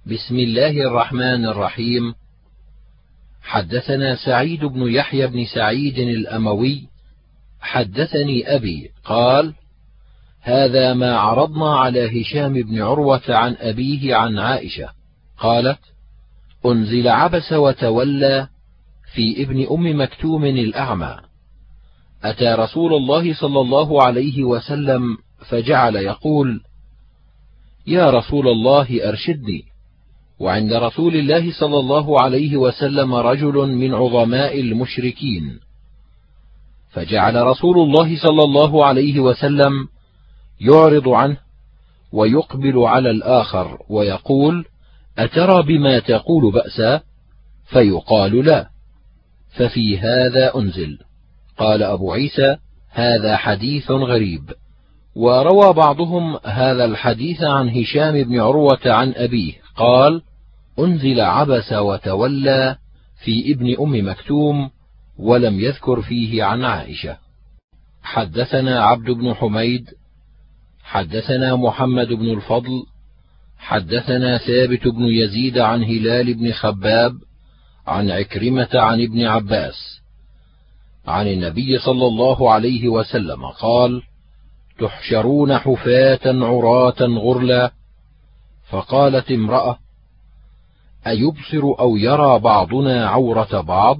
بسم الله الرحمن الرحيم. حدثنا سعيد بن يحيى بن سعيد الأموي حدثني أبي قال: هذا ما عرضنا على هشام بن عروة عن أبيه عن عائشة قالت: أنزل عبس وتولى في ابن أم مكتوم الأعمى، أتى رسول الله صلى الله عليه وسلم فجعل يقول: يا رسول الله أرشدني. وعند رسول الله صلى الله عليه وسلم رجل من عظماء المشركين، فجعل رسول الله صلى الله عليه وسلم يعرض عنه ويقبل على الآخر ويقول: أترى بما تقول بأسا؟ فيقال: لا. ففي هذا أنزل. قال أبو عيسى: هذا حديث غريب. وروى بعضهم هذا الحديث عن هشام بن عروة عن أبيه قال: أنزل عبس وتولى في ابن أم مكتوم، ولم يذكر فيه عن عائشة. حدثنا عبد بن حميد حدثنا محمد بن الفضل حدثنا ثابت بن يزيد عن هلال بن خباب عن عكرمة عن ابن عباس عن النبي صلى الله عليه وسلم قال: تحشرون حفاة عراة غرلا. فقالت امرأة: أيبصر أو يرى بعضنا عورة بعض؟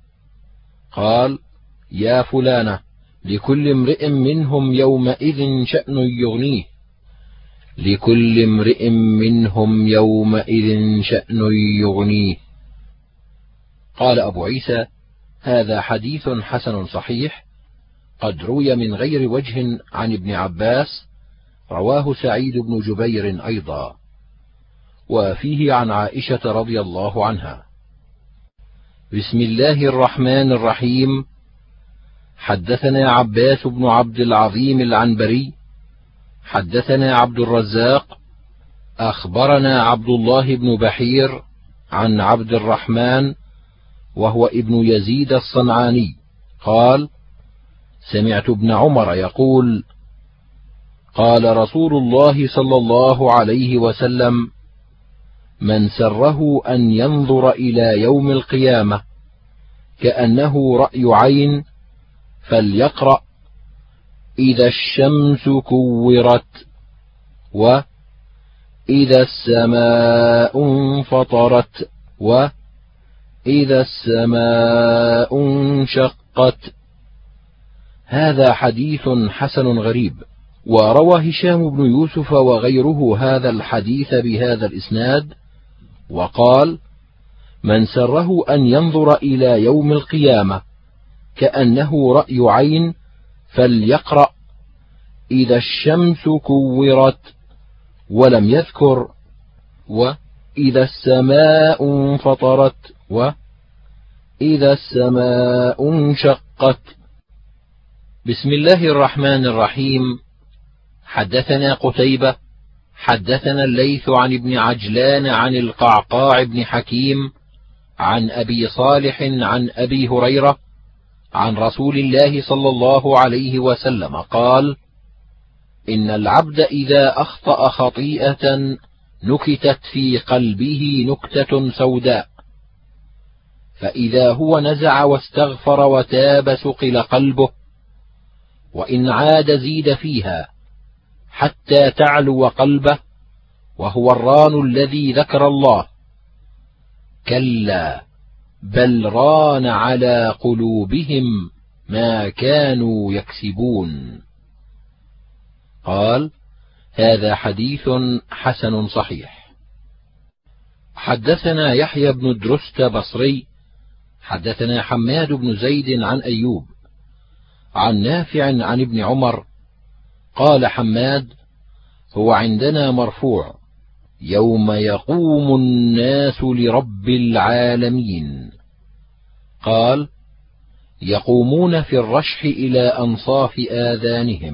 قال: يا فلانة، لكل امرئ منهم يومئذ شأن يغنيه. لكل امرئ منهم يومئذ شأن يغنيه. قال أبو عيسى: هذا حديث حسن صحيح، قد روي من غير وجه عن ابن عباس، رواه سعيد بن جبير أيضا، وفيه عن عائشة رضي الله عنها. بسم الله الرحمن الرحيم. حدثنا عباس بن عبد العظيم العنبري حدثنا عبد الرزاق أخبرنا عبد الله بن بحير عن عبد الرحمن وهو ابن يزيد الصنعاني قال: سمعت ابن عمر يقول: قال رسول الله صلى الله عليه وسلم: من سره أن ينظر إلى يوم القيامة كأنه رأي عين فليقرأ: إذا الشمس كورت، وإذا السماء انفطرت، وإذا السماء انشقت. هذا حديث حسن غريب. وروى هشام بن يوسف وغيره هذا الحديث بهذا الإسناد وقال: من سره أن ينظر إلى يوم القيامة كأنه رأي عين فليقرأ: إذا الشمس كورت، ولم يذكر وإذا السماء انفطرت وإذا السماء انشقت. بسم الله الرحمن الرحيم. حدثنا قتيبة حدثنا الليث عن ابن عجلان عن القعقاع بن حكيم عن أبي صالح عن أبي هريرة عن رسول الله صلى الله عليه وسلم قال: إن العبد إذا أخطأ خطيئة نكتت في قلبه نكتة سوداء، فإذا هو نزع واستغفر وتاب ثقل قلبه، وإن عاد زيد فيها حتى تعلو قلبه، وهو الران الذي ذكر الله. كلا بل ران على قلوبهم ما كانوا يكسبون. قال: هذا حديث حسن صحيح. حدثنا يحيى بن درست بصري حدثنا حماد بن زيد عن أيوب عن نافع عن ابن عمر قال حماد: هو عندنا مرفوع: يوم يقوم الناس لرب العالمين. قال: يقومون في الرشح إلى أنصاف آذانهم.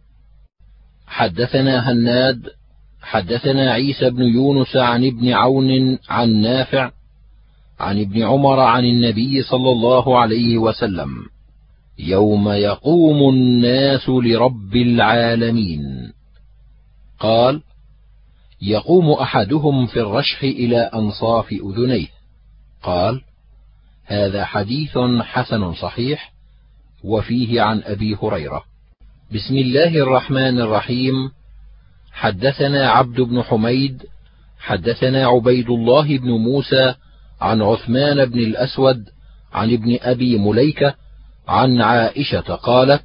حدثنا هناد حدثنا عيسى بن يونس عن ابن عون عن نافع عن ابن عمر عن النبي صلى الله عليه وسلم: يوم يقوم الناس لرب العالمين. قال: يقوم أحدهم في الرشح إلى أنصاف أذنيه. قال: هذا حديث حسن صحيح. وفيه عن أبي هريرة. بسم الله الرحمن الرحيم. حدثنا عبد بن حميد حدثنا عبيد الله بن موسى عن عثمان بن الأسود عن ابن أبي مليكة عن عائشة قالت: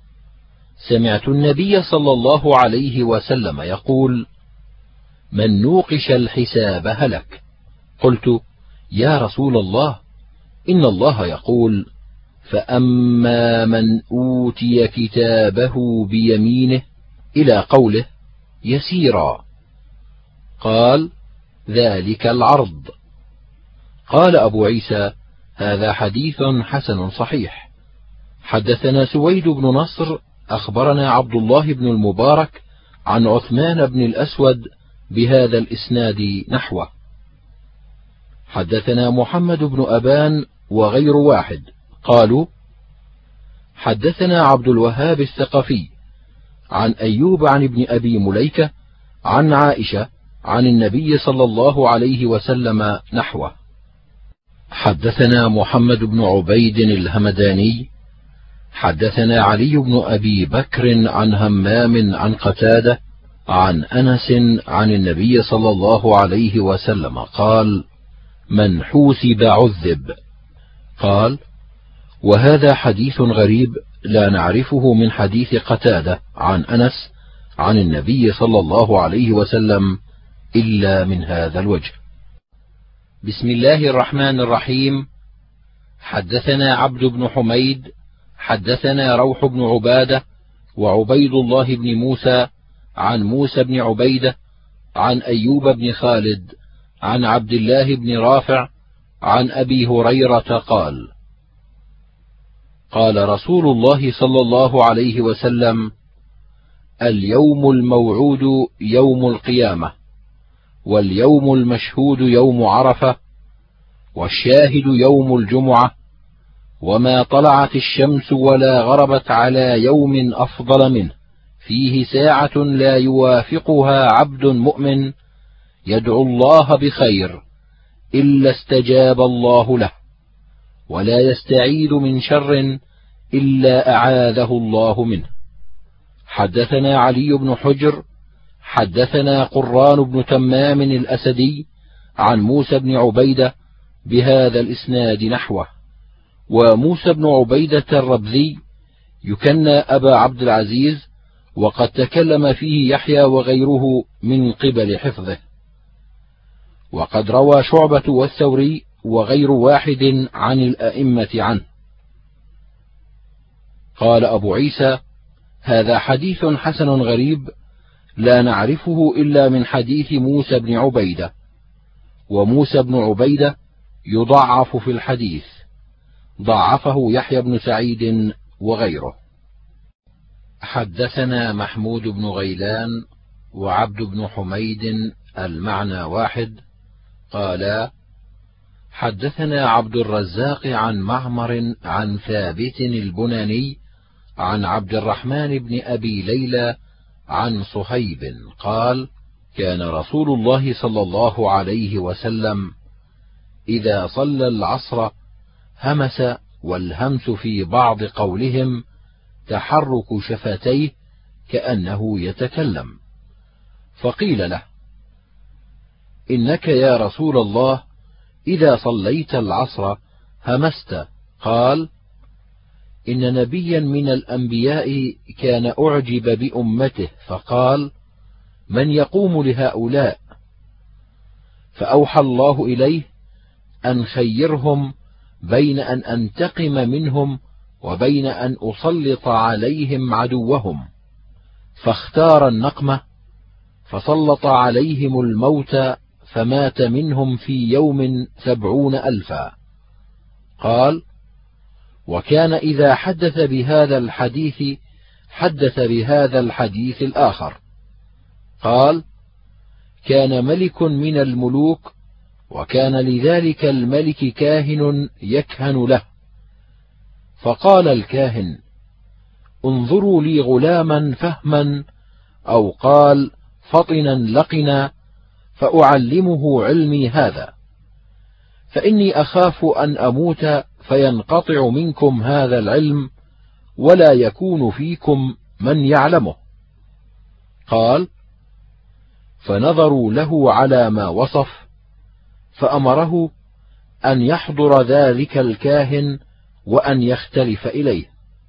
سمعت النبي صلى الله عليه وسلم يقول: من نوقش الحساب هلك. قلت: يا رسول الله، إن الله يقول: فأما من أوتي كتابه بيمينه إلى قوله: يسيرا. قال: ذلك العرض. قال أبو عيسى: هذا حديث حسن صحيح. حدثنا سويد بن نصر أخبرنا عبد الله بن المبارك عن عثمان بن الأسود بهذا الإسناد نحوه. حدثنا محمد بن أبان وغير واحد قالوا: حدثنا عبد الوهاب الثقفي عن أيوب عن ابن أبي مليكة عن عائشة عن النبي صلى الله عليه وسلم نحوه. حدثنا محمد بن عبيد الهمداني حدثنا علي بن أبي بكر عن همام عن قتادة عن أنس عن النبي صلى الله عليه وسلم قال: من حوسب عذب. قال: وهذا حديث غريب لا نعرفه من حديث قتادة عن أنس عن النبي صلى الله عليه وسلم إلا من هذا الوجه. بسم الله الرحمن الرحيم. حدثنا عبد بن حميد حدثنا روح بن عبادة وعبيد الله بن موسى عن موسى بن عبيدة عن أيوب بن خالد عن عبد الله بن رافع عن أبي هريرة قال: قال رسول الله صلى الله عليه وسلم: اليوم الموعود يوم القيامة، واليوم المشهود يوم عرفة، والشاهد يوم الجمعة، وما طلعت الشمس ولا غربت على يوم أفضل منه فيه ساعة لا يوافقها عبد مؤمن يدعو الله بخير إلا استجاب الله له، ولا يستعيذ من شر إلا أعاذه الله منه. حدثنا علي بن حجر حدثنا قران بن تمام الأسدي عن موسى بن عبيدة بهذا الإسناد نحوه. وموسى بن عبيدة الربذي يكنى أبا عبد العزيز، وقد تكلم فيه يحيى وغيره من قبل حفظه. وقد روى شعبة والثوري وغير واحد عن الأئمة عنه. قال أبو عيسى: هذا حديث حسن غريب لا نعرفه إلا من حديث موسى بن عبيدة. وموسى بن عبيدة يضعف في الحديث، ضعفه يحيى بن سعيد وغيره. حدثنا محمود بن غيلان وعبد بن حميد المعنى واحد قالا: حدثنا عبد الرزاق عن معمر عن ثابت البناني عن عبد الرحمن بن أبي ليلى عن صهيب قال: كان رسول الله صلى الله عليه وسلم إذا صلى العصر همس، والهمس في بعض قولهم تحرك شفتيه كأنه يتكلم. فقيل له: إنك يا رسول الله إذا صليت العصر همست. قال: إن نبيا من الأنبياء كان أعجب بأمته فقال: من يقوم لهؤلاء؟ فأوحى الله إليه أن خيرهم بين أن أنتقم منهم وبين أن أسلط عليهم عدوهم، فاختار النقمة، فسلط عليهم الموت فمات منهم في يوم 70,000. قال: وكان إذا حدث بهذا الحديث حدث بهذا الحديث الآخر. قال: كان ملك من الملوك، وكان لذلك الملك كاهن يكهن له، فقال الكاهن: انظروا لي غلاما فهما، أو قال فطنا لقنا فأعلمه علمي هذا، فإني أخاف أن أموت فينقطع منكم هذا العلم ولا يكون فيكم من يعلمه. قال: فنظروا له على ما وصف، فأمره أن يحضر ذلك الكاهن وأن يختلف إليه،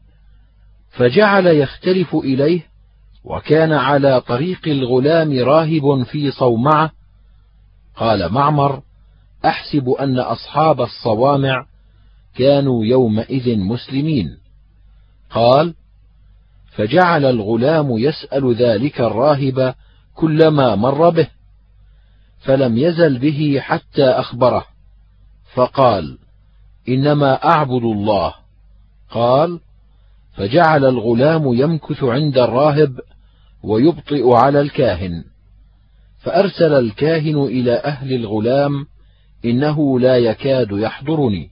فجعل يختلف إليه، وكان على طريق الغلام راهب في صومعة. قال معمر: أحسب أن أصحاب الصوامع كانوا يومئذ مسلمين. قال: فجعل الغلام يسأل ذلك الراهب كلما مر به، فلم يزل به حتى أخبره، فقال: إنما أعبد الله. قال: فجعل الغلام يمكث عند الراهب ويبطئ على الكاهن، فأرسل الكاهن إلى أهل الغلام: إنه لا يكاد يحضرني.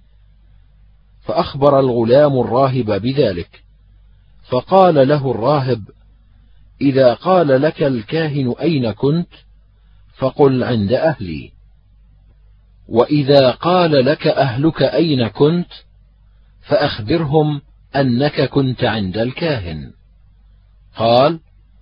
فأخبر الغلام الراهب بذلك، فقال له الراهب: إذا قال لك الكاهن أين كنت فقل عند أهلي، وإذا قال لك أهلك أين كنت فأخبرهم أنك كنت عند الكاهن. قال: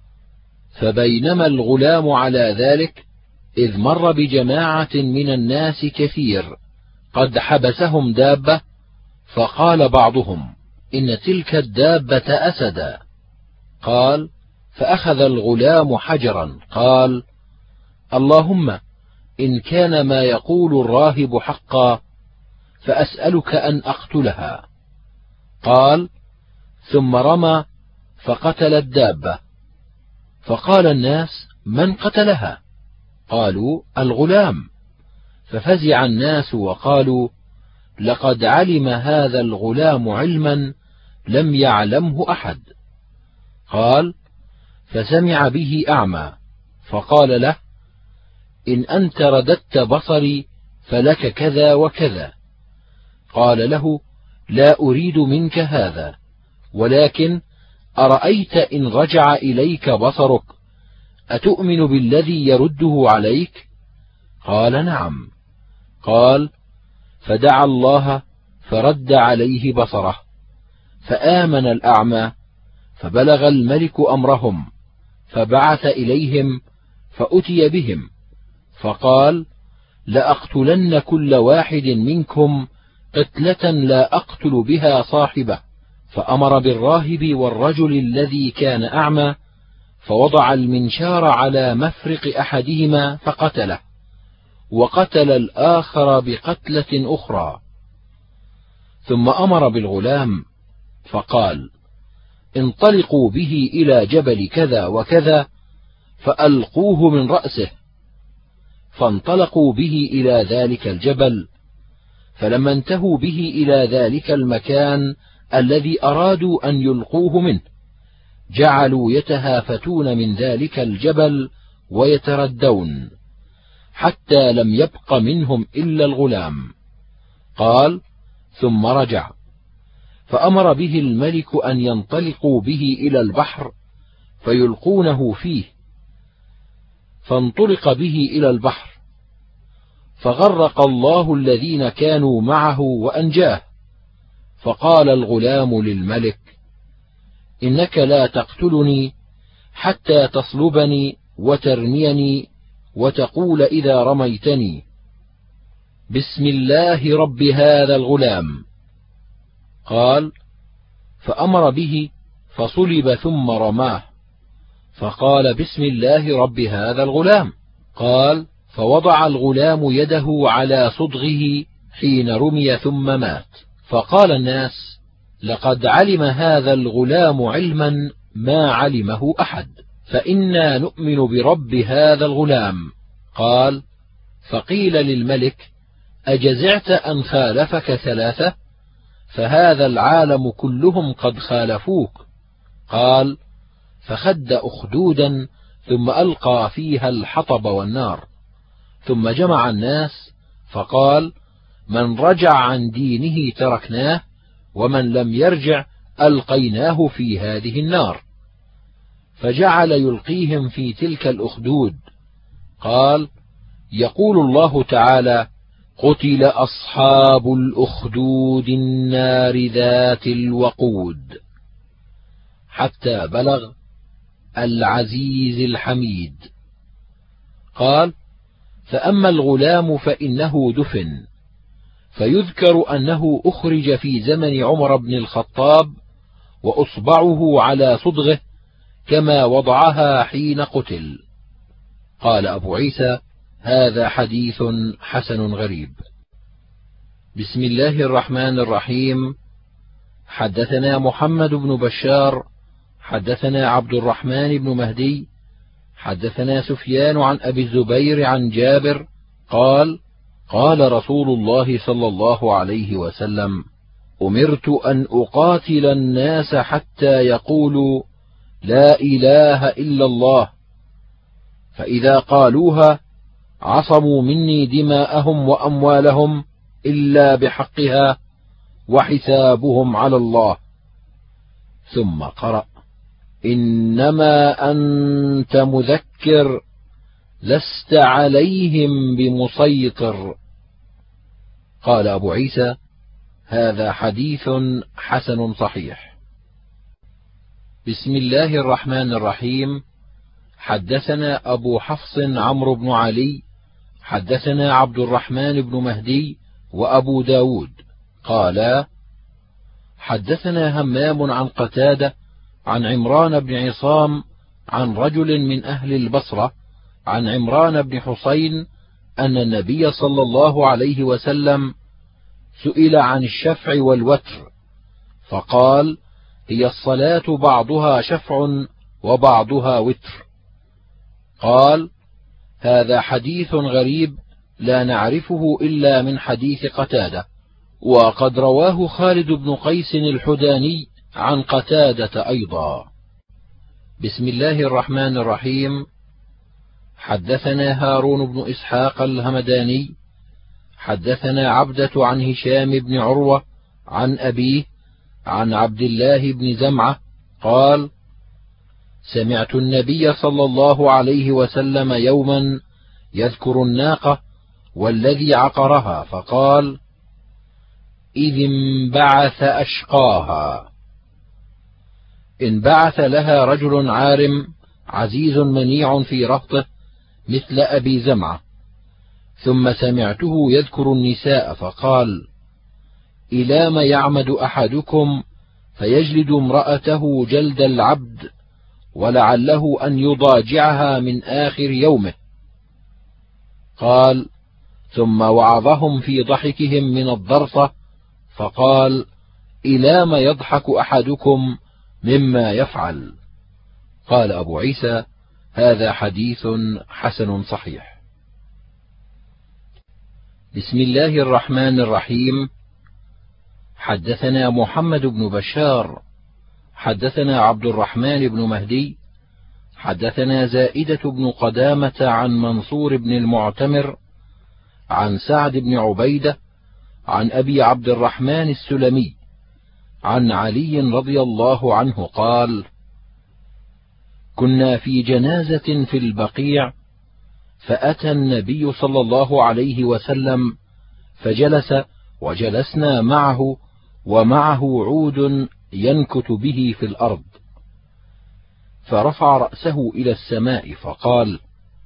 فبينما الغلام على ذلك إذ مر بجماعة من الناس كثير قد حبسهم دابة، فقال بعضهم: إن تلك الدابة أسدا. قال: فأخذ الغلام حجرا، قال: اللهم إن كان ما يقول الراهب حقا فأسألك أن أقتلها. قال: ثم رمى فقتل الدابة. فقال الناس: من قتلها؟ قالوا: الغلام. ففزع الناس وقالوا: لقد علم هذا الغلام علما لم يعلمه أحد. قال: فسمع به أعمى، فقال له: إن أنت رددت بصري فلك كذا وكذا. قال له: لا أريد منك هذا، ولكن أرأيت إن رجع إليك بصرك أتؤمن بالذي يرده عليك؟ قال: نعم. قال: فدعا الله فرد عليه بصره، فآمن الأعمى، فبلغ الملك أمرهم، فبعث إليهم فأتي بهم، فقال: لأقتلن كل واحد منكم قتلة لا أقتل بها صاحبه. فأمر بالراهب والرجل الذي كان أعمى، فوضع المنشار على مفرق أحدهما فقتله، وقتل الآخر بقتلة أخرى. ثم أمر بالغلام فقال: انطلقوا به إلى جبل كذا وكذا فألقوه من رأسه. فانطلقوا به إلى ذلك الجبل، فلما انتهوا به إلى ذلك المكان الذي أرادوا أن يلقوه منه جعلوا يتهافتون من ذلك الجبل ويتردون، حتى لم يبق منهم إلا الغلام. قال: ثم رجع، فأمر به الملك أن ينطلقوا به إلى البحر فيلقونه فيه، فانطلق به إلى البحر، فغرق الله الذين كانوا معه وأنجاه. فقال الغلام للملك: إنك لا تقتلني حتى تصلبني وترميني وتقول إذا رميتني: بسم الله رب هذا الغلام. قال: فأمر به فصلب ثم رماه، فقال: بسم الله رب هذا الغلام. قال: فوضع الغلام يده على صدغه حين رمي ثم مات. فقال الناس: لقد علم هذا الغلام علما ما علمه أحد، فإنا نؤمن برب هذا الغلام. قال: فقيل للملك: أجزعت أن خالفك ثلاثة؟ فهذا العالم كلهم قد خالفوك. قال: فخد أخدودا ثم ألقى فيها الحطب والنار، ثم جمع الناس فقال: من رجع عن دينه تركناه، ومن لم يرجع ألقيناه في هذه النار. فجعل يلقيهم في تلك الأخدود، قال: يقول الله تعالى: قتل أصحاب الأخدود النار ذات الوقود، حتى بلغ العزيز الحميد. قال: فأما الغلام فإنه دفن، فيذكر أنه أخرج في زمن عمر بن الخطاب وأصبعه على صدغه كما وضعها حين قتل. قال أبو عيسى: هذا حديث حسن غريب. بسم الله الرحمن الرحيم. حدثنا محمد بن بشار حدثنا عبد الرحمن بن مهدي حدثنا سفيان عن أبي الزبير عن جابر قال: قال رسول الله صلى الله عليه وسلم: أمرت أن أقاتل الناس حتى يقولوا لا إله إلا الله، فإذا قالوها عصموا مني دماءهم وأموالهم إلا بحقها وحسابهم على الله. ثم قرأ: إنما أنت مذكر لست عليهم بمسيطر. قال أبو عيسى: هذا حديث حسن صحيح. بسم الله الرحمن الرحيم. حدثنا أبو حفص عمرو بن علي حدثنا عبد الرحمن بن مهدي وأبو داود قالا: حدثنا همام عن قتادة عن عمران بن عصام عن رجل من أهل البصرة عن عمران بن حسين أن النبي صلى الله عليه وسلم سئل عن الشفع والوتر، فقال: هي الصلاة بعضها شفع وبعضها وتر. قال: هذا حديث غريب لا نعرفه إلا من حديث قتادة، وقد رواه خالد بن قيس الحداني عن قتادة أيضا. بسم الله الرحمن الرحيم. حدثنا هارون بن إسحاق الهمداني حدثنا عبدة عن هشام بن عروة عن أبيه عن عبد الله بن زمعة قال: سمعت النبي صلى الله عليه وسلم يوما يذكر الناقة والذي عقرها، فقال: إذ انبعث أشقاها. انبعث لها رجل عارم عزيز منيع في رهطه مثل أبي زمعة. ثم سمعته يذكر النساء فقال: إلى ما يعمد أحدكم فيجلد امرأته جلد العبد ولعله أن يضاجعها من آخر يومه. قال: ثم وعظهم في ضحكهم من الضرصة فقال: إلى ما يضحك أحدكم مما يفعل. قال أبو عيسى: هذا حديث حسن صحيح. بسم الله الرحمن الرحيم. حدثنا محمد بن بشار حدثنا عبد الرحمن بن مهدي حدثنا زائدة بن قدامة عن منصور بن المعتمر عن سعد بن عبيدة عن أبي عبد الرحمن السلمي عن علي رضي الله عنه قال: كنا في جنازة في البقيع، فأتى النبي صلى الله عليه وسلم فجلس وجلسنا معه، ومعه عود ينكت به في الأرض، فرفع رأسه إلى السماء فقال: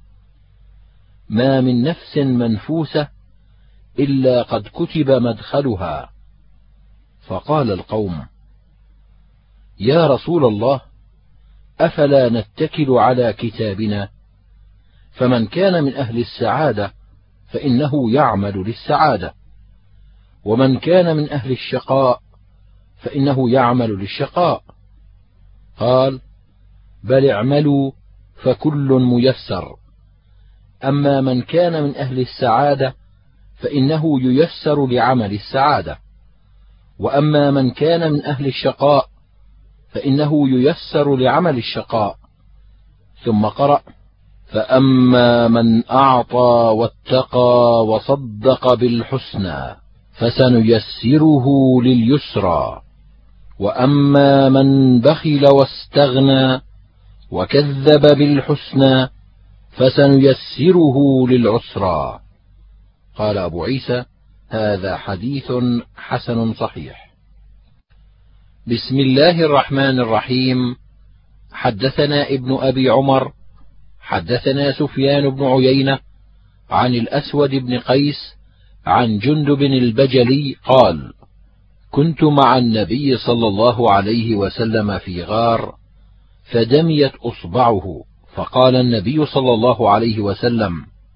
ما من نفس منفوسة إلا قد كتب مدخلها. فقال القوم: يا رسول الله، أفلا نتكل على كتابنا؟ فمن كان من أهل السعادة فإنه يعمل للسعادة، ومن كان من أهل الشقاء فإنه يعمل للشقاء. قال: بل اعملوا فكل ميسر، أما من كان من أهل السعادة فإنه ييسر لعمل السعادة، وأما من كان من أهل الشقاء فإنه ييسر لعمل الشقاء. ثم قرأ: فأما من أعطى واتقى وصدق بالحسنى فسنيسره لليسرى، وأما من بخل واستغنى وكذب بالحسنى فسنيسره للعسرى. قال أبو عيسى: هذا حديث حسن صحيح. بسم الله الرحمن الرحيم. حدثنا ابن أبي عمر حدثنا سفيان بن عيينة عن الأسود بن قيس عن جندب البجلي قال: كنت مع النبي صلى الله عليه وسلم في غار، فدميت أصبعه، فقال النبي صلى الله عليه وسلم: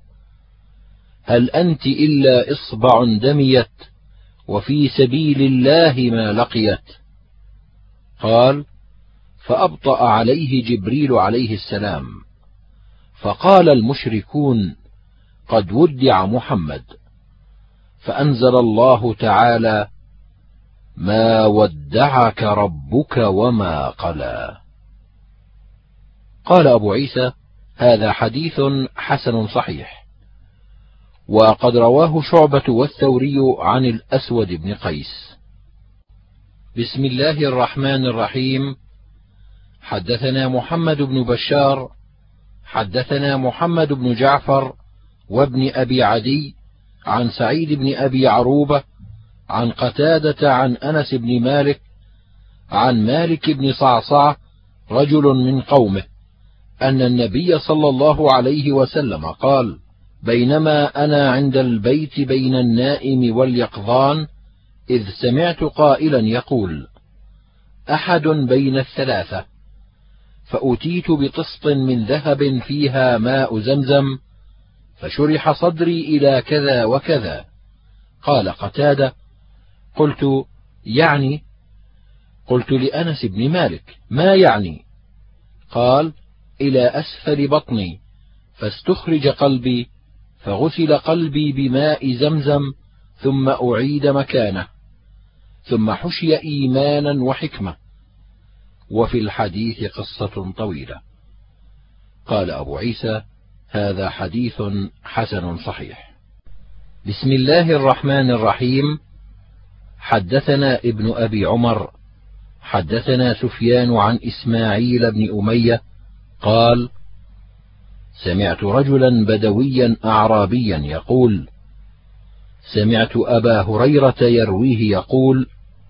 هل أنت إلا إصبع دميت، وفي سبيل الله ما لقيت؟ قال: فأبطأ عليه جبريل عليه السلام، فقال المشركون: قد ودع محمد، فأنزل الله تعالى: ما ودعك ربك وما قلى. قال أبو عيسى: هذا حديث حسن صحيح. وقد رواه شعبة والثوري عن الأسود بن قيس. بسم الله الرحمن الرحيم. حدثنا محمد بن بشار حدثنا محمد بن جعفر وابن أبي عدي عن سعيد بن أبي عروبة عن قتادة عن أنس بن مالك عن مالك بن صعصعة رجل من قومه أن النبي صلى الله عليه وسلم قال: بينما أنا عند البيت بين النائم واليقظان إذ سمعت قائلا يقول: أحد بين الثلاثة، فأتيت بطسط من ذهب فيها ماء زمزم، فشرح صدري إلى كذا وكذا. قال قتادة: قلت: يعني؟ قلت لأنس بن مالك: ما يعني؟ قال: إلى أسفل بطني، فاستخرج قلبي، فغسل قلبي بماء زمزم، ثم أعيد مكانه، ثم حشي إيمانا وحكمة. وفي الحديث قصة طويلة. قال أبو عيسى: هذا حديث حسن صحيح. بسم الله الرحمن الرحيم. حدثنا ابن أبي عمر حدثنا سفيان عن إسماعيل بن أمية قال: سمعت رجلا بدويا أعرابيا يقول: سمعت أبا هريرة يرويه يقول: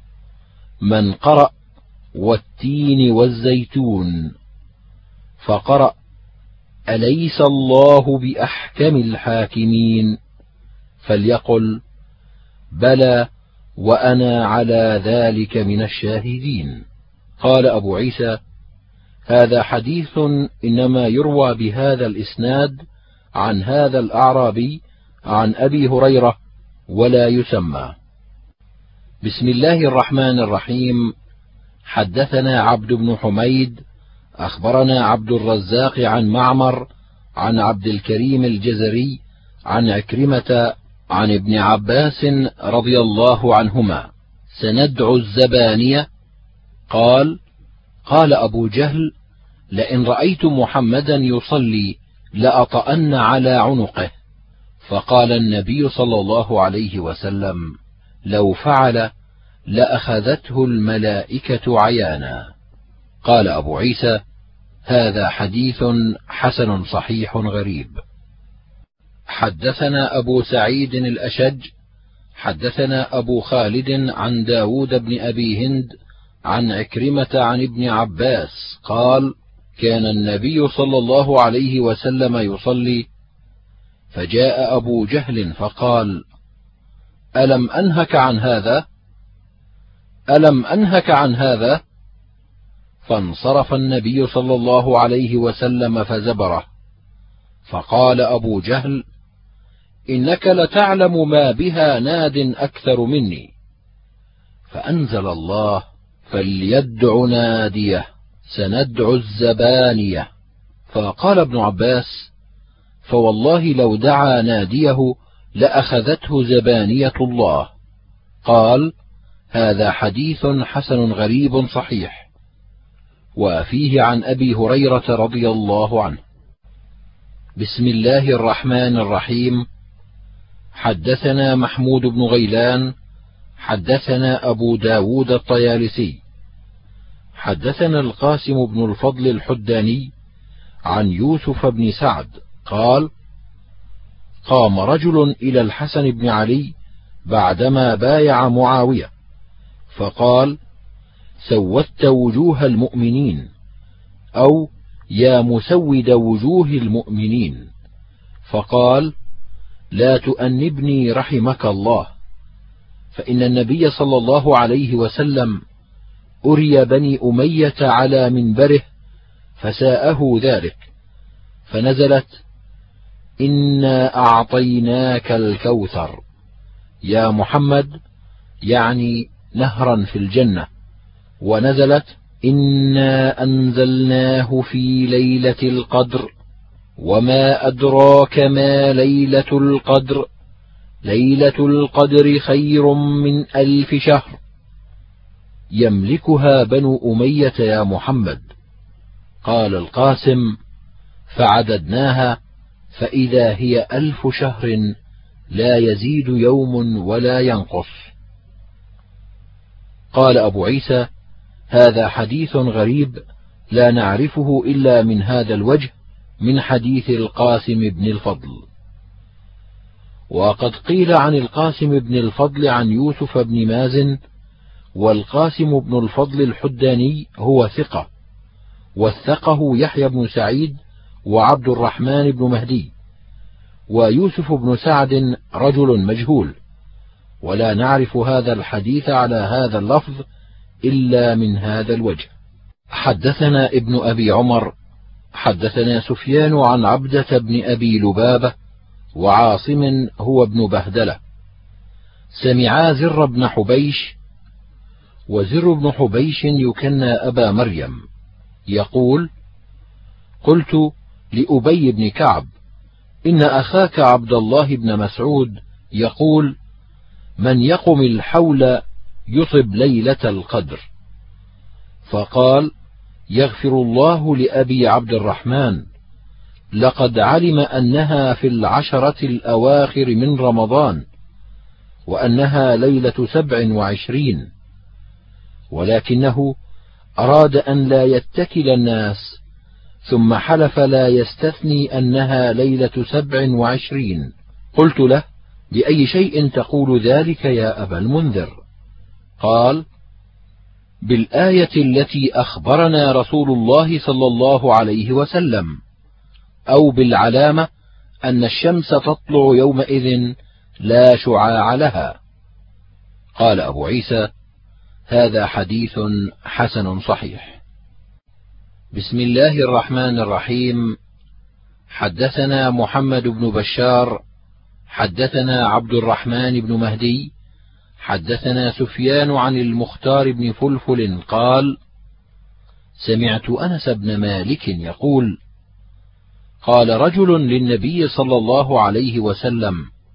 من قرأ والتين والزيتون، فقرأ: أليس الله بأحكم الحاكمين، فليقل: بلى وأنا على ذلك من الشاهدين. قال أبو عيسى: هذا حديث إنما يروى بهذا الإسناد عن هذا الأعرابي عن أبي هريرة ولا يسمى. بسم الله الرحمن الرحيم. حدثنا عبد بن حميد أخبرنا عبد الرزاق عن معمر عن عبد الكريم الجزري عن عكرمة عن ابن عباس رضي الله عنهما: سندعو الزبانية. قال: قال أبو جهل: لئن رأيت محمدا يصلي لأطأن على عنقه. فقال النبي صلى الله عليه وسلم: لو فعل لأخذته الملائكة عيانا. قال أبو عيسى: هذا حديث حسن صحيح غريب. حدثنا أبو سعيد الأشج حدثنا أبو خالد عن داود بن أبي هند عن عكرمة عن ابن عباس قال: كان النبي صلى الله عليه وسلم يصلي، فجاء أبو جهل فقال: ألم أنهك عن هذا؟ ألم أنهك عن هذا؟ فانصرف النبي صلى الله عليه وسلم فزبره. فقال أبو جهل: إنك لتعلم ما بها ناد أكثر مني. فأنزل الله: فليدع ناديه سندع الزبانية. فقال ابن عباس: فوالله لو دعا ناديه لأخذته زبانية الله. قال: هذا حديث حسن غريب صحيح. وفيه عن أبي هريرة رضي الله عنه. بسم الله الرحمن الرحيم. حدثنا محمود بن غيلان حدثنا أبو داود الطيالسي حدثنا القاسم بن الفضل الحداني عن يوسف بن سعد قال: قام رجل إلى الحسن بن علي بعدما بايع معاوية فقال: سودت وجوه المؤمنين، أو يا مسود وجوه المؤمنين. فقال: لا تؤنبني رحمك الله، فإن النبي صلى الله عليه وسلم أري بني أمية على منبره فساءه ذلك، فنزلت: إنا أعطيناك الكوثر يا محمد، يعني نهرا في الجنة. ونزلت: إنا أنزلناه في ليلة القدر، وما أدراك ما ليلة القدر، ليلة القدر خير من 1000 شهر يملكها بنو أمية يا محمد. قال القاسم: فعددناها فإذا هي 1000 شهر لا يزيد يوم ولا ينقص. قال أبو عيسى: هذا حديث غريب لا نعرفه إلا من هذا الوجه، من حديث القاسم بن الفضل. وقد قيل عن القاسم بن الفضل عن يوسف بن مازن، والقاسم بن الفضل الحداني هو ثقة، وثقه يحيى بن سعيد وعبد الرحمن بن مهدي. ويوسف بن سعد رجل مجهول، ولا نعرف هذا الحديث على هذا اللفظ إلا من هذا الوجه. حدثنا ابن أبي عمر حدثنا سفيان عن عبدة بن أبي لبابة وعاصم هو ابن بهدلة سمعا زر بن حبيش، وزر بن حبيش يكنى أبا مريم، يقول: قلت لأبي بن كعب: إن أخاك عبد الله بن مسعود يقول: من يقم الحول يصب ليلة القدر. فقال: يغفر الله لأبي عبد الرحمن، لقد علم أنها في 10 الأواخر من رمضان، وأنها ليلة 27، ولكنه أراد أن لا يتكل الناس، ثم حلف لا يستثني أنها ليلة 27. قلت له: بأي شيء تقول ذلك يا أبا المنذر؟ قال: بالآية التي أخبرنا رسول الله صلى الله عليه وسلم، أو بالعلامة أن الشمس تطلع يومئذ لا شعاع لها. قال أبو عيسى: هذا حديث حسن صحيح. بسم الله الرحمن الرحيم. حدثنا محمد بن بشار حدثنا عبد الرحمن بن مهدي حدثنا سفيان عن المختار بن فلفل قال: سمعت أنس بن مالك يقول: قال رجل للنبي صلى الله عليه وسلم: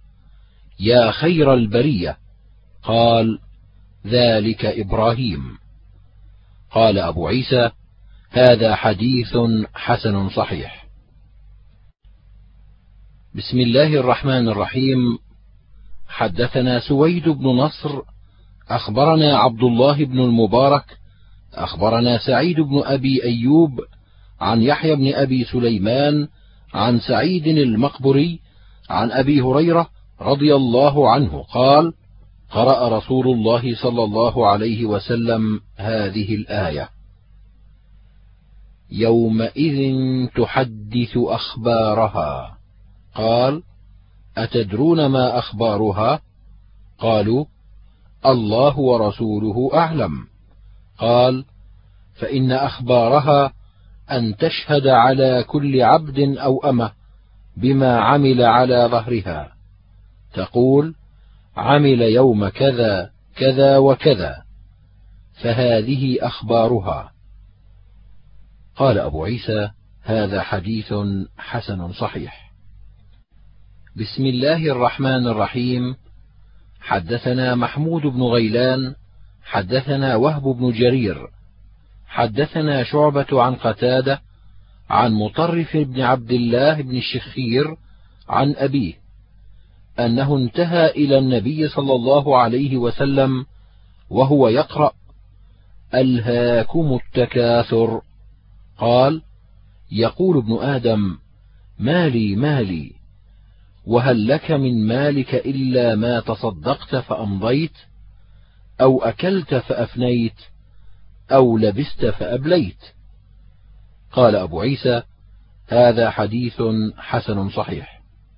يا خير البرية. قال: ذلك إبراهيم. قال أبو عيسى: هذا حديث حسن صحيح. بسم الله الرحمن الرحيم. حدثنا سويد بن نصر أخبرنا عبد الله بن المبارك أخبرنا سعيد بن أبي أيوب عن يحيى بن أبي سليمان عن سعيد المقبري عن أبي هريرة رضي الله عنه قال: قرأ رسول الله صلى الله عليه وسلم هذه الآية: يومئذ تحدث أخبارها. قال: أتدرون ما أخبارها؟ قالوا: الله ورسوله أعلم. قال: فإن أخبارها أن تشهد على كل عبد أو أمة بما عمل على ظهرها، تقول: عمل يوم كذا كذا وكذا، فهذه أخبارها. قال أبو عيسى: هذا حديث حسن صحيح. بسم الله الرحمن الرحيم. حدثنا محمود بن غيلان حدثنا وهب بن جرير حدثنا شعبة عن قتادة عن مطرف بن عبد الله بن الشخير عن أبيه أنه انتهى إلى النبي صلى الله عليه وسلم وهو يقرأ: ألهاكم التكاثر. قال: يقول ابن آدم: مالي مالي، وهل لك من مالك إلا ما تصدقت فأمضيت، أو أكلت فأفنيت، أو لبست فأبليت؟ قال أبو عيسى: هذا حديث حسن صحيح.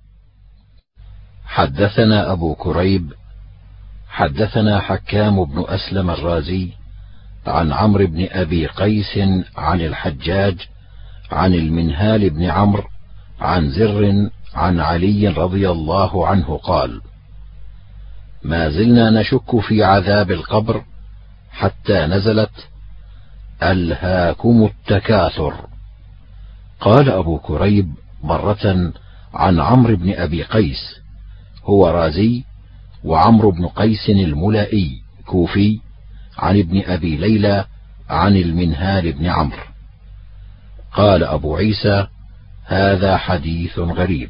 حدثنا أبو كريب حدثنا حكام بن أسلم الرازي عن عمرو بن أبي قيس عن الحجاج عن المنهال بن عمرو عن زر عن علي رضي الله عنه قال: ما زلنا نشك في عذاب القبر حتى نزلت: ألهاكم التكاثر. قال أبو كريب مرة عن عمرو بن أبي قيس، هو رازي، وعمرو بن قيس الملائي كوفي، عن ابن أبي ليلى عن المنهال بن عمرو. قال أبو عيسى: هذا حديث غريب.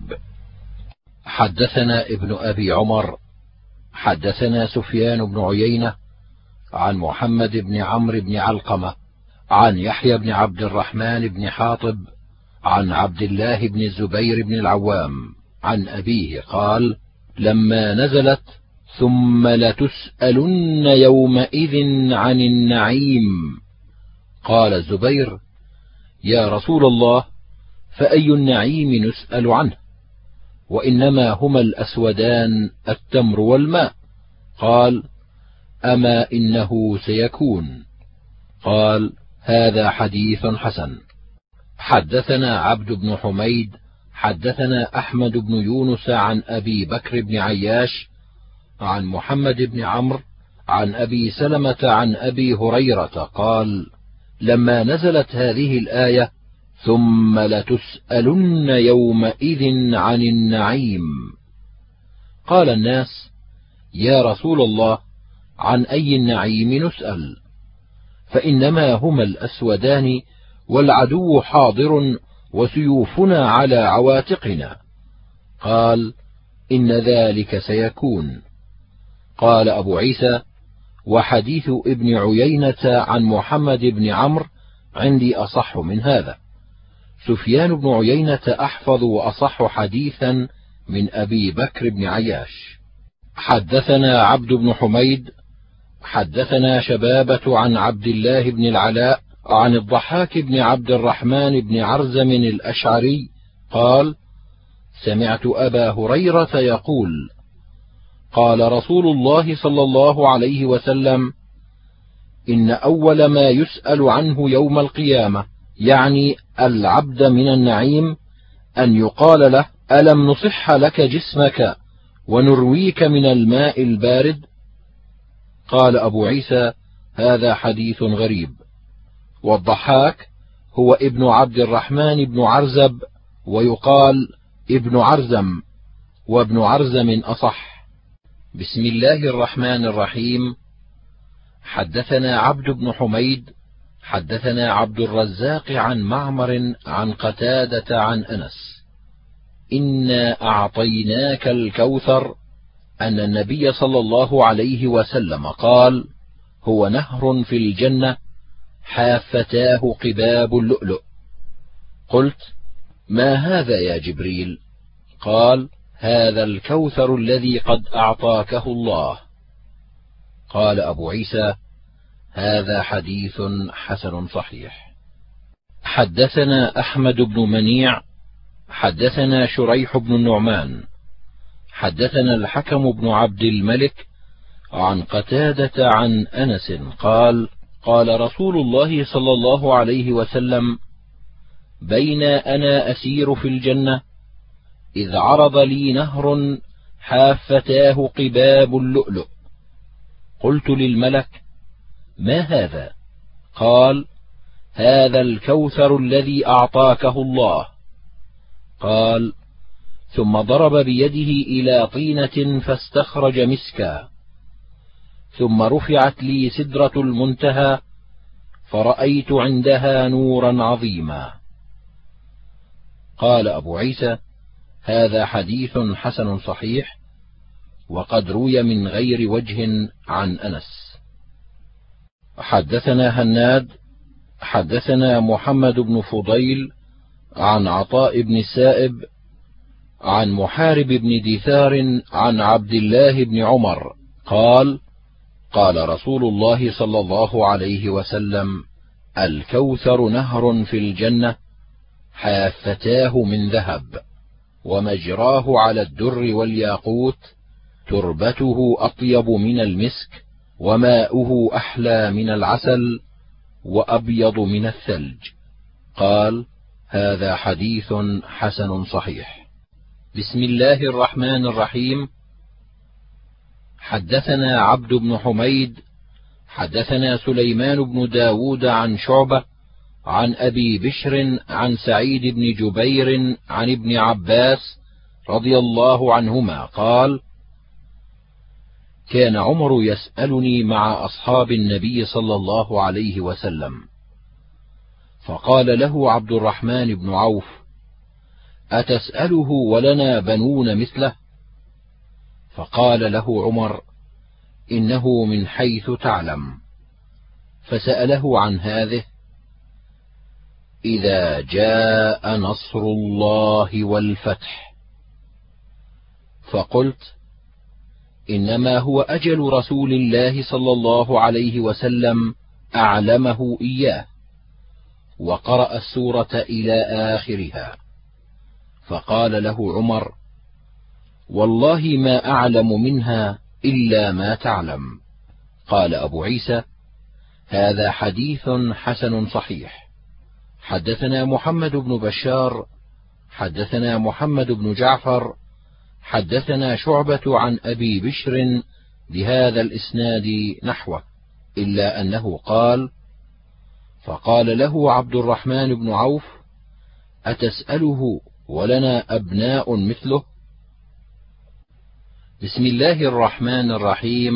حدثنا ابن أبي عمر حدثنا سفيان بن عيينة عن محمد بن عمرو بن علقمة عن يحيى بن عبد الرحمن بن حاطب عن عبد الله بن الزبير بن العوام عن أبيه قال: لما نزلت: ثم لتسألن يومئذ عن النعيم، قال الزبير: يا رسول الله، فأي النعيم نسأل عنه؟ وإنما هما الأسودان التمر والماء. قال: أما إنه سيكون. قال: هذا حديث حسن. حدثنا عبد بن حميد حدثنا أحمد بن يونس عن أبي بكر بن عياش عن محمد بن عمرو عن أبي سلمة عن أبي هريرة قال: لما نزلت هذه الآية: ثم لتسألن يومئذ عن النعيم، قال الناس: يا رسول الله، عن أي النعيم نسأل؟ فإنما هما الأسودان، والعدو حاضر، وسيوفنا على عواتقنا. قال: إن ذلك سيكون. قال أبو عيسى: وحديث ابن عيينة عن محمد بن عمرو عندي أصح من هذا. سفيان بن عيينة أحفظ وأصح حديثا من أبي بكر بن عياش. حدثنا عبد بن حميد حدثنا شبابة عن عبد الله بن العلاء عن الضحاك بن عبد الرحمن بن عرزم الأشعري قال: سمعت أبا هريرة يقول: قال رسول الله صلى الله عليه وسلم: إن أول ما يسأل عنه يوم القيامة، يعني العبد من النعيم، أن يقال له: ألم نصح لك جسمك ونرويك من الماء البارد؟ قال أبو عيسى: هذا حديث غريب. والضحاك هو ابن عبد الرحمن بن عرزب، ويقال ابن عرزم، وابن عرزم أصح. بسم الله الرحمن الرحيم. حدثنا عبد بن حميد حدثنا عبد الرزاق عن معمر عن قتادة عن أنس: إنا أعطيناك الكوثر، أن النبي صلى الله عليه وسلم قال: هو نهر في الجنة حافتاه قباب اللؤلؤ. قلت: ما هذا يا جبريل؟ قال: هذا الكوثر الذي قد أعطاكه الله. قال أبو عيسى: هذا حديث حسن صحيح. حدثنا أحمد بن منيع حدثنا شريح بن النعمان حدثنا الحكم بن عبد الملك عن قتادة عن أنس قال: قال رسول الله صلى الله عليه وسلم: بين أنا أسير في الجنة إذ عرض لي نهر حافتاه قباب اللؤلؤ. قلت للملك: ما هذا؟ قال: هذا الكوثر الذي أعطاكه الله. قال: ثم ضرب بيده إلى طينة فاستخرج مسكا، ثم رفعت لي سدرة المنتهى فرأيت عندها نورا عظيما. قال أبو عيسى: هذا حديث حسن صحيح، وقد روي من غير وجه عن أنس. حدثنا هناد حدثنا محمد بن فضيل عن عطاء بن السائب عن محارب بن دثار عن عبد الله بن عمر قال: قال رسول الله صلى الله عليه وسلم: الكوثر نهر في الجنة حافتاه من ذهب، ومجراه على الدر والياقوت، تربته أطيب من المسك، وماؤه أحلى من العسل، وأبيض من الثلج. قال: هذا حديث حسن صحيح. بسم الله الرحمن الرحيم. حدثنا عبد بن حميد حدثنا سليمان بن داود عن شعبة عن أبي بشر عن سعيد بن جبير عن ابن عباس رضي الله عنهما قال: كان عمر يسألني مع أصحاب النبي صلى الله عليه وسلم، فقال له عبد الرحمن بن عوف: أتسأله ولنا بنون مثله؟ فقال له عمر: إنه من حيث تعلم. فسأله عن هذه: إذا جاء نصر الله والفتح. فقلت: إنما هو أجل رسول الله صلى الله عليه وسلم أعلمه إياه، وقرأ السورة إلى آخرها. فقال له عمر: والله ما أعلم منها إلا ما تعلم. قال أبو عيسى: هذا حديث حسن صحيح. حدثنا محمد بن بشار حدثنا محمد بن جعفر حدثنا شعبة عن أبي بشر بهذا الإسناد نحوه، إلا أنه قال: فقال له عبد الرحمن بن عوف: أتسأله ولنا أبناء مثله؟ بسم الله الرحمن الرحيم.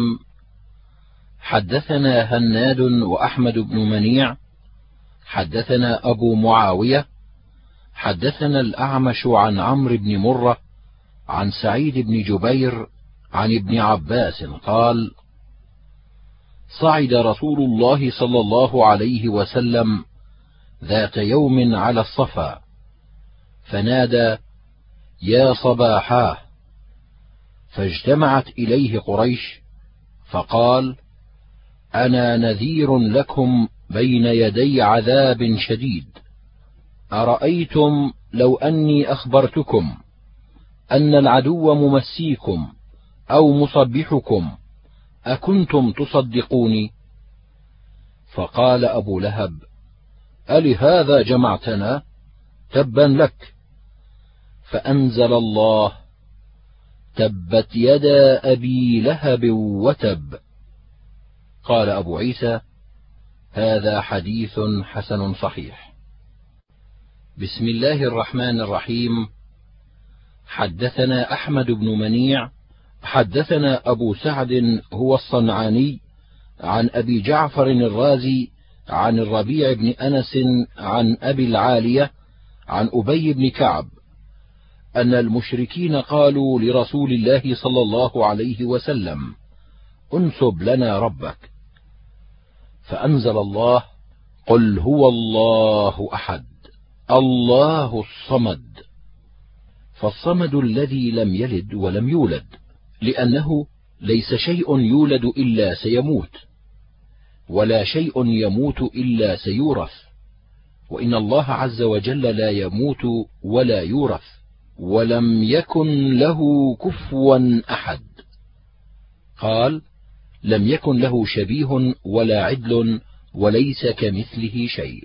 حدثنا هناد وأحمد بن منيع حدثنا أبو معاوية حدثنا الأعمش عن عمرو بن مرة عن سعيد بن جبير عن ابن عباس قال: صعد رسول الله صلى الله عليه وسلم ذات يوم على الصفا، فنادى: يا صباحاه، فاجتمعت إليه قريش، فقال: أنا نذير لكم بين يدي عذاب شديد، أرأيتم لو أني أخبرتكم أن العدو ممسيكم أو مصبحكم أكنتم تصدقوني؟ فقال أبو لهب: ألهذا جمعتنا؟ تبا لك. فأنزل الله: تبت يدا أبي لهب وتب. قال أبو عيسى: هذا حديث حسن صحيح. بسم الله الرحمن الرحيم. حدثنا أحمد بن منيع حدثنا أبو سعد هو الصنعاني عن أبي جعفر الرازي عن الربيع بن أنس عن أبي العالية عن أبي بن كعب أن المشركين قالوا لرسول الله صلى الله عليه وسلم: انسب لنا ربك. فأنزل الله: قل هو الله أحد الله الصمد. فالصمد الذي لم يلد ولم يولد، لأنه ليس شيء يولد إلا سيموت، ولا شيء يموت إلا سيورث، وإن الله عز وجل لا يموت ولا يورث، ولم يكن له كفوا أحد. قال: لم يكن له شبيه ولا عدل، وليس كمثله شيء.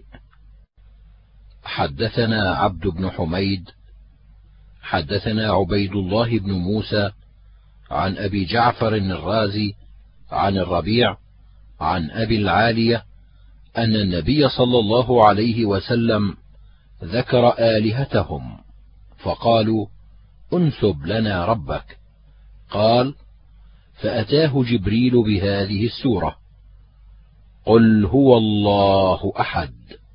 حدثنا عبد بن حميد حدثنا عبيد الله بن موسى عن أبي جعفر الرازي عن الربيع عن أبي العالية أن النبي صلى الله عليه وسلم ذكر آلهتهم، فقالوا: انسب لنا ربك. قال: فأتاه جبريل بهذه السورة: قل هو الله أحد.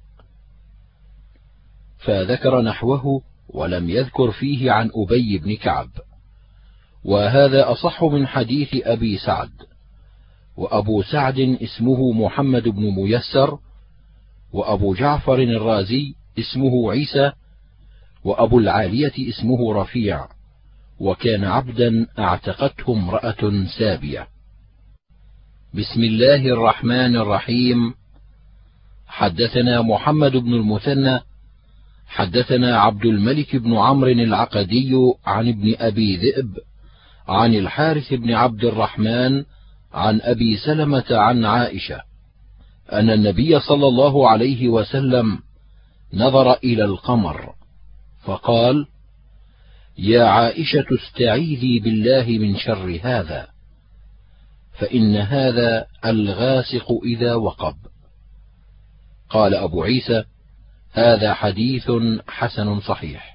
فذكر نحوه ولم يذكر فيه عن أبي بن كعب، وهذا أصح من حديث أبي سعد. وأبو سعد اسمه محمد بن ميسر، وأبو جعفر الرازي اسمه عيسى وأبو العالية اسمه رفيع، وكان عبدا اعتقته امرأة سابية. بسم الله الرحمن الرحيم. حدثنا محمد بن المثنى حدثنا عبد الملك بن عمرو العقدي عن ابن أبي ذئب عن الحارث بن عبد الرحمن عن أبي سلمة عن عائشة أن النبي صلى الله عليه وسلم نظر إلى القمر فقال: يا عائشة استعيذي بالله من شر هذا، فإن هذا الغاسق إذا وقب. قال أبو عيسى: هذا حديث حسن صحيح.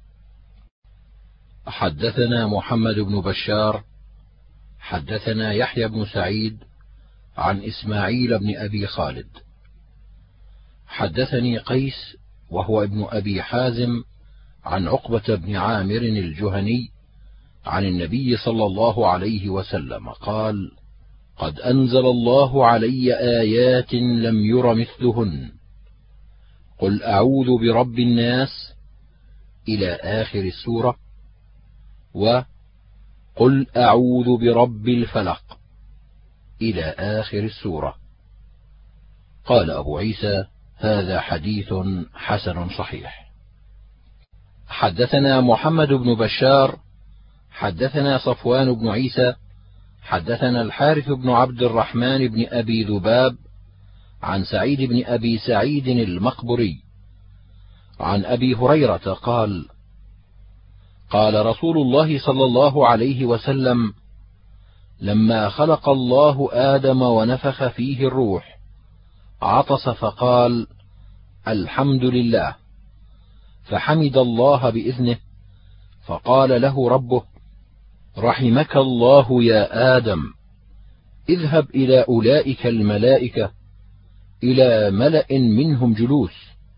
حدثنا محمد بن بشار حدثنا يحيى بن سعيد عن إسماعيل بن أبي خالد حدثني قيس وهو ابن أبي حازم عن عقبة بن عامر الجهني عن النبي صلى الله عليه وسلم قال: قد أنزل الله علي آيات لم ير مثلهن، قل أعوذ برب الناس إلى آخر السورة، وقل أعوذ برب الفلق إلى آخر السورة. قال أبو عيسى: هذا حديث حسن صحيح. حدثنا محمد بن بشار حدثنا صفوان بن عيسى حدثنا الحارث بن عبد الرحمن بن أبي ذباب عن سعيد بن أبي سعيد المقبري عن أبي هريرة قال: قال رسول الله صلى الله عليه وسلم: لما خلق الله آدم ونفخ فيه الروح عطس فقال: الحمد لله، فحمد الله بإذنه، فقال له ربه: رحمك الله يا آدم، اذهب إلى أولئك الملائكة، إلى ملأ منهم جلوس،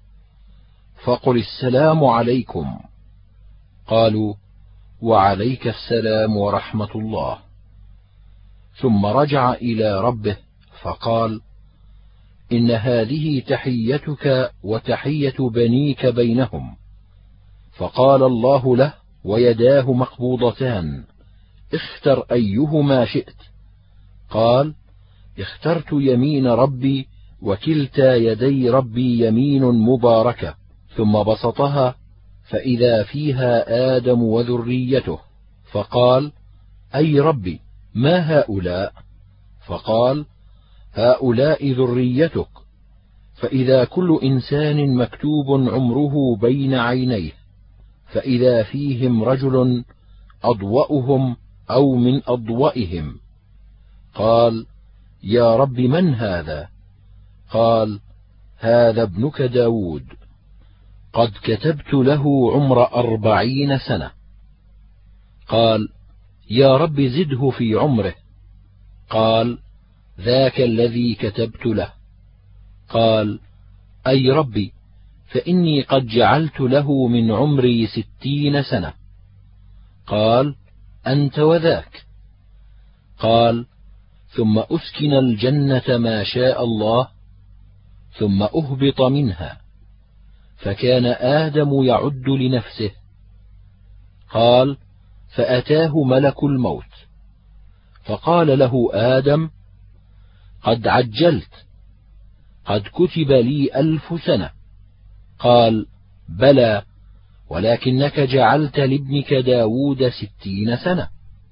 فقل السلام عليكم. قالوا: وعليك السلام ورحمة الله. ثم رجع إلى ربه فقال: إن هذه تحيتك وتحية بنيك بينهم. فقال الله له ويداه مقبوضتان: اختر أيهما شئت. قال: اخترت يمين ربي، وكلتا يدي ربي يمين مباركة. ثم بسطها فإذا فيها آدم وذريته، فقال: أي ربي، ما هؤلاء؟ فقال: هؤلاء ذريتك. فإذا كل إنسان مكتوب عمره بين عينيه، فإذا فيهم رجل أضوأهم أو من أضوئهم. قال: يا رب من هذا؟ قال: هذا ابنك داود، قد كتبت له عمر 40 سنة. قال: يا رب زده في عمره. قال: ذاك الذي كتبت له. قال: أي ربي، فإني قد جعلت له من عمري 60 سنة. قال: أنت وذاك. قال: ثم أسكن الجنة ما شاء الله، ثم أهبط منها، فكان آدم يعد لنفسه. قال: فأتاه ملك الموت فقال له آدم: قد عجلت، قد كتب لي 1000 سنة. قال: بلى، ولكنك جعلت لابنك داود 60 سنة.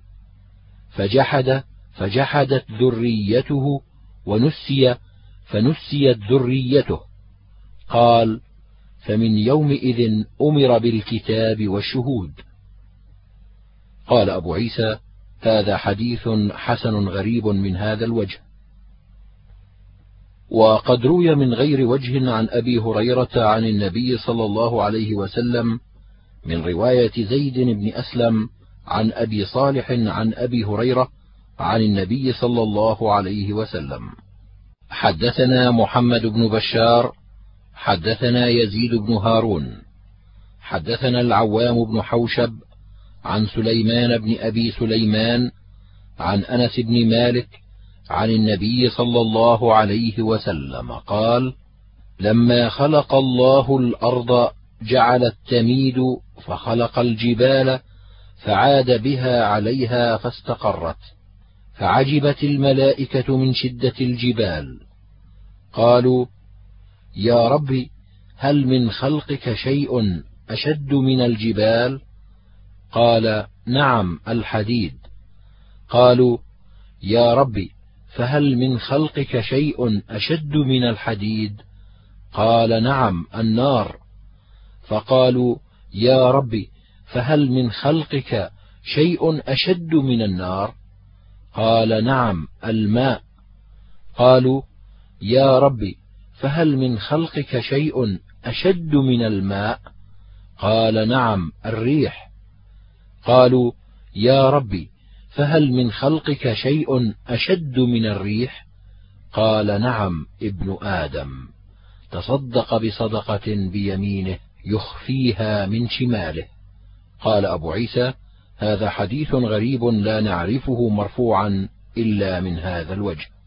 فجحدت ذريته، ونسي فنسيت ذريته. قال: فمن يومئذ أمر بالكتاب والشهود. قال أبو عيسى: هذا حديث حسن غريب من هذا الوجه. وقد روي من غير وجه عن أبي هريرة عن النبي صلى الله عليه وسلم من رواية زيد بن أسلم عن أبي صالح عن أبي هريرة عن النبي صلى الله عليه وسلم. حدثنا محمد بن بشار حدثنا يزيد بن هارون حدثنا العوام بن حوشب عن سليمان بن أبي سليمان عن أنس بن مالك عن النبي صلى الله عليه وسلم قال: لما خلق الله الأرض جعلت تميد فخلق الجبال فعاد بها عليها فاستقرت، فعجبت الملائكة من شدة الجبال. قالوا: يا رب، هل من خلقك شيء أشد من الجبال؟ قال: نعم، الحديد. قالوا: يا رب، فهل من خلقك شيء أشد من الحديد؟ قال: نعم، النار. فقالوا: يا رب، فهل من خلقك شيء أشد من النار؟ قال: نعم، الماء. قالوا: يا رب، فهل من خلقك شيء أشد من الماء؟ قال: نعم، الريح. قالوا: يا رب، فهل من خلقك شيء أشد من الريح؟ قال: نعم، ابن آدم. تصدق بصدقة بيمينه يخفيها من شماله. قال أبو عيسى: هذا حديث غريب لا نعرفه مرفوعا إلا من هذا الوجه.